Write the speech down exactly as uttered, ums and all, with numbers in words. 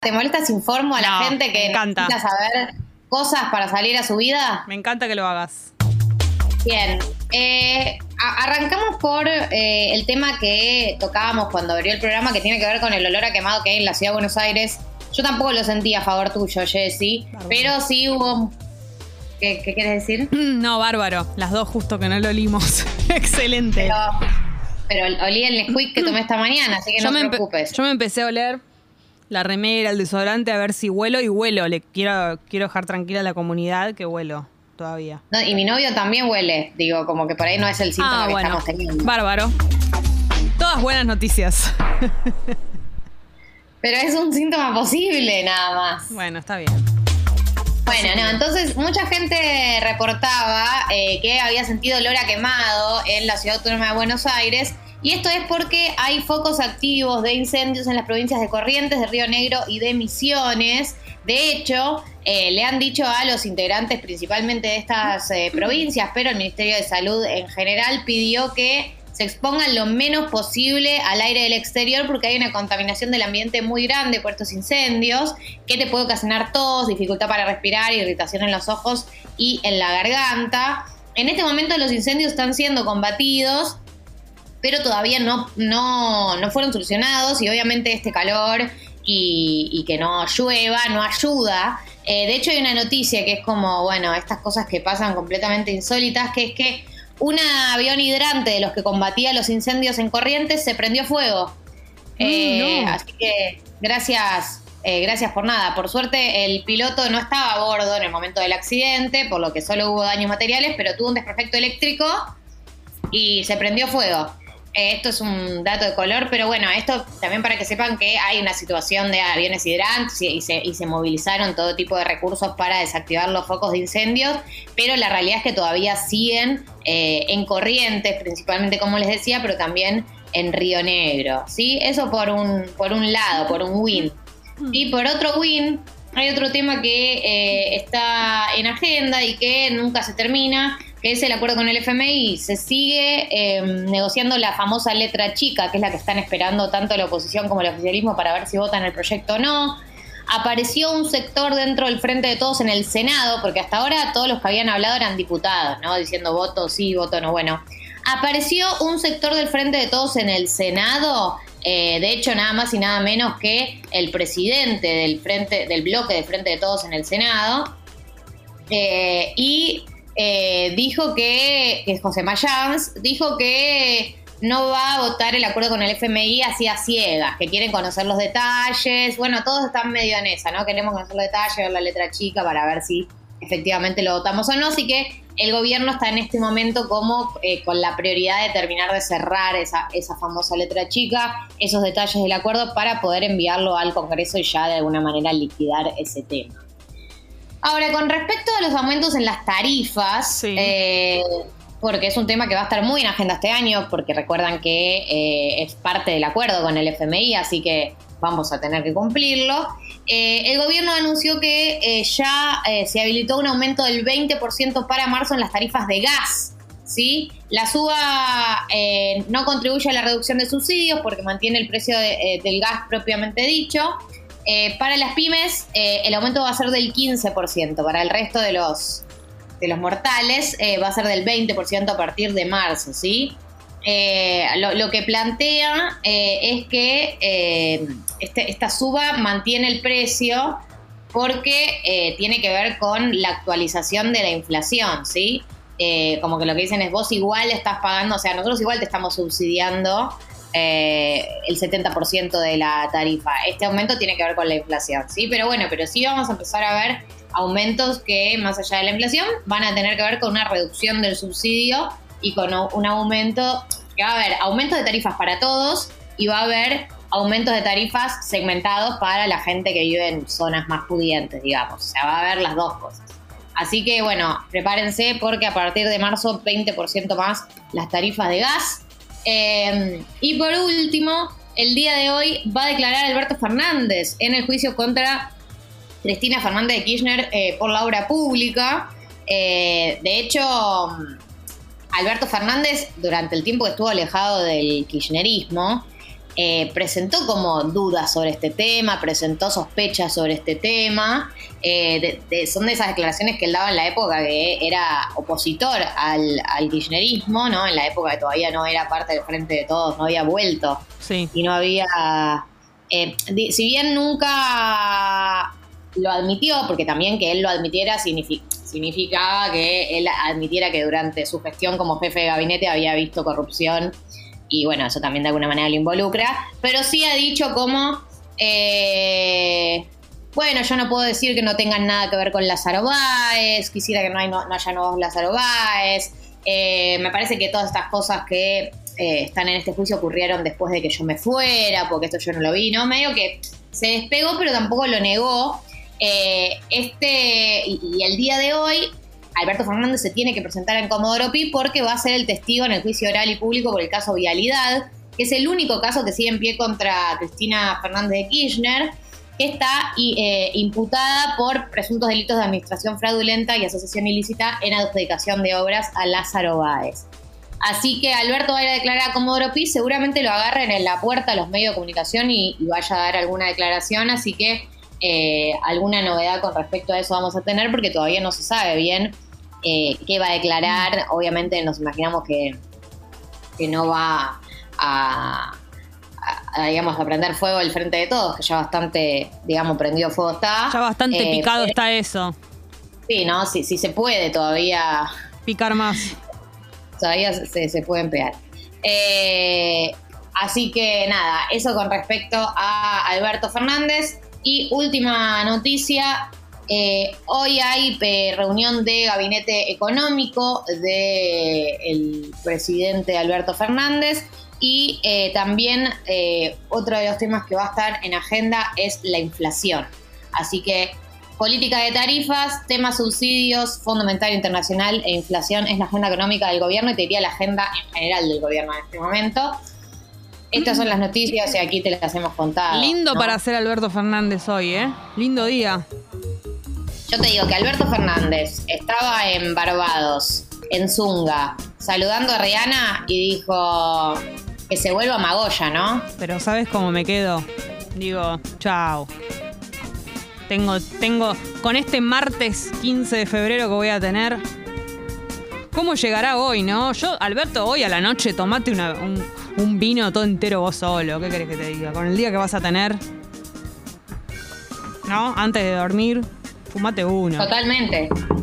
¿Te molesta si informo a la No, gente me que encanta. necesita saber cosas para salir a su vida? Me encanta que lo hagas. Bien. Eh, a- arrancamos por eh, el tema que tocábamos cuando abrió el programa, que tiene que ver con el olor a quemado que hay en la ciudad de Buenos Aires. Yo tampoco lo sentí a favor tuyo, Jessy, Bárbaro. pero sí hubo... ¿Qué, qué quieres decir? No, bárbaro. Las dos justo que no lo olimos. Excelente. Pero, pero olí el Nesquik que tomé esta mañana, así que yo, no me te empe- preocupes. yo me empecé a oler la remera, el desodorante, a ver si huelo y huelo. Le quiero, quiero dejar tranquila a la comunidad que huelo todavía. No, y mi novio también huele, digo, como que por ahí no es el síntoma Ah, que bueno. estamos teniendo. Bárbaro. Todas buenas noticias. Pero es un síntoma posible nada más. Bueno, está bien. Bueno, no, entonces mucha gente reportaba eh, que había sentido olor a quemado en la Ciudad Autónoma de Buenos Aires, y esto es porque hay focos activos de incendios en las provincias de Corrientes, de Río Negro y de Misiones. De hecho, eh, le han dicho a los integrantes principalmente de estas eh, provincias, pero el Ministerio de Salud en general pidió que se expongan lo menos posible al aire del exterior porque hay una contaminación del ambiente muy grande por estos incendios que te puede ocasionar tos, dificultad para respirar, irritación en los ojos y en la garganta. En este momento los incendios están siendo combatidos, pero todavía no, no, no fueron solucionados, y obviamente este calor y, y que no llueva no ayuda. Eh, de hecho hay una noticia que es como, bueno, estas cosas que pasan completamente insólitas, que es que un avión hidrante de los que combatía los incendios en Corrientes se prendió fuego. Mm, Eh, no. Así que gracias, eh, gracias por nada. Por suerte el piloto no estaba a bordo en el momento del accidente, por lo que solo hubo daños materiales, pero tuvo un desperfecto eléctrico y se prendió fuego. Eh, esto es un dato de color, pero bueno, esto también para que sepan que hay una situación de aviones hidrantes y, y, se, y se movilizaron todo tipo de recursos para desactivar los focos de incendios, pero la realidad es que todavía siguen eh, en Corrientes, principalmente como les decía, pero también en Río Negro, ¿sí? Eso por un, por un lado, por un win. Y por otro win, hay otro tema que eh, está en agenda y que nunca se termina, que es el acuerdo con el F M I. Se sigue eh, negociando la famosa letra chica, que es la que están esperando tanto la oposición como el oficialismo para ver si votan el proyecto o no. Apareció un sector dentro del Frente de Todos en el Senado, porque hasta ahora todos los que habían hablado eran diputados, ¿no? Diciendo voto sí, voto no. Bueno, apareció un sector del Frente de Todos en el Senado, eh, de hecho nada más y nada menos que el presidente del frente, del bloque de Frente de Todos en el Senado, eh, y eh, dijo que, que José Mayans, dijo que no va a votar el acuerdo con el F M I así a ciegas, que quieren conocer los detalles. Bueno, todos están medio en esa, ¿no? Queremos conocer los detalles, ver la letra chica para ver si efectivamente lo votamos o no. Así que el gobierno está en este momento como eh, con la prioridad de terminar de cerrar esa, esa famosa letra chica, esos detalles del acuerdo, para poder enviarlo al Congreso y ya de alguna manera liquidar ese tema. Ahora, con respecto a los aumentos en las tarifas, Sí. eh, porque es un tema que va a estar muy en agenda este año, porque recuerdan que eh, es parte del acuerdo con el F M I, así que vamos a tener que cumplirlo. Eh, el gobierno anunció que eh, ya eh, se habilitó un aumento del veinte por ciento para marzo en las tarifas de gas, ¿sí? La suba eh, no contribuye a la reducción de subsidios porque mantiene el precio de, eh, del gas propiamente dicho. Eh, para las pymes eh, el aumento va a ser del quince por ciento, para el resto de los, de los mortales eh, va a ser del veinte por ciento a partir de marzo, ¿sí? Eh, lo, lo que plantea eh, es que eh, este, esta suba mantiene el precio porque eh, tiene que ver con la actualización de la inflación, ¿sí? Eh, como que lo que dicen es vos igual estás pagando, o sea, nosotros igual te estamos subsidiando eh, el setenta por ciento de la tarifa. Este aumento tiene que ver con la inflación, ¿sí? Pero bueno, pero sí vamos a empezar a ver aumentos que, más allá de la inflación, van a tener que ver con una reducción del subsidio y con un aumento, que va a haber aumentos de tarifas para todos y va a haber aumentos de tarifas segmentados para la gente que vive en zonas más pudientes, digamos. O sea, va a haber las dos cosas. Así que, bueno, prepárense porque a partir de marzo veinte por ciento más las tarifas de gas. Eh, y por último, el día de hoy va a declarar Alberto Fernández en el juicio contra Cristina Fernández de Kirchner eh, por la obra pública. Eh, de hecho, Alberto Fernández, durante el tiempo que estuvo alejado del kirchnerismo, eh, presentó como dudas sobre este tema, presentó sospechas sobre este tema. Eh, de, de, son de esas declaraciones que él daba en la época que era opositor al, al kirchnerismo, ¿no? En la época que todavía no era parte del Frente de Todos, no había vuelto. Sí. Y no había... Eh, de, si bien nunca lo admitió, porque también que él lo admitiera significa, significaba que él admitiera que durante su gestión como jefe de gabinete había visto corrupción, y bueno, eso también de alguna manera lo involucra, pero sí ha dicho como, eh, bueno, yo no puedo decir que no tengan nada que ver con Lázaro Báez, quisiera que no, hay, no, no haya nuevos Lázaro Báez, eh, me parece que todas estas cosas que eh, están en este juicio ocurrieron después de que yo me fuera, porque esto yo no lo vi, ¿no? Medio que se despegó, pero tampoco lo negó. Eh, este y, y el día de hoy Alberto Fernández se tiene que presentar en Comodoro Pi porque va a ser el testigo en el juicio oral y público por el caso Vialidad, que es el único caso que sigue en pie contra Cristina Fernández de Kirchner, que está eh, imputada por presuntos delitos de administración fraudulenta y asociación ilícita en adjudicación de obras a Lázaro Báez. Así que Alberto va a ir a declarar a Comodoro Pi, seguramente lo agarren en la puerta a los medios de comunicación y, y vaya a dar alguna declaración, así que Eh, alguna novedad con respecto a eso vamos a tener porque todavía no se sabe bien eh, qué va a declarar. Obviamente nos imaginamos que, que no va a, a, a, digamos, a prender fuego el Frente de Todos, que ya bastante, digamos, prendido fuego está. Ya bastante eh, picado eh, está eso. Sí, ¿no? Si, si se puede todavía... Picar más. Todavía se, se pueden pegar. Eh, así que nada, eso con respecto a Alberto Fernández. Y última noticia, eh, hoy hay eh, reunión de gabinete económico del presidente Alberto Fernández y eh, también eh, otro de los temas que va a estar en agenda es la inflación. Así que política de tarifas, temas subsidios, Fondo Monetario Internacional e inflación es la agenda económica del gobierno y te diría la agenda en general del gobierno en este momento. Estas son las noticias y aquí te las hemos contado. Lindo, ¿no?, para ser Alberto Fernández hoy, ¿eh? Lindo día. Yo te digo que Alberto Fernández estaba en Barbados, en Zunga, saludando a Rihanna y dijo que se vuelva Magoya, ¿no? Pero ¿sabes cómo me quedo? Digo, chao. Tengo, tengo, con este martes quince de febrero que voy a tener, ¿cómo llegará hoy, no? Yo, Alberto, hoy a la noche tomate una, un, un vino todo entero vos solo. ¿Qué querés que te diga? Con el día que vas a tener, ¿no? Antes de dormir, fumate uno. Totalmente.